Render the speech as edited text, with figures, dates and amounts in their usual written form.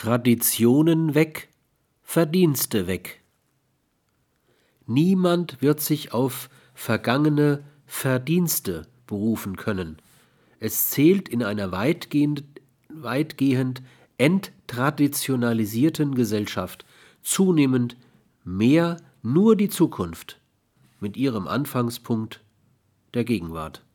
Traditionen weg, Verdienste weg. Niemand wird sich auf vergangene Verdienste berufen können. Es zählt in einer weitgehend enttraditionalisierten Gesellschaft zunehmend mehr nur die Zukunft mit ihrem Anfangspunkt der Gegenwart.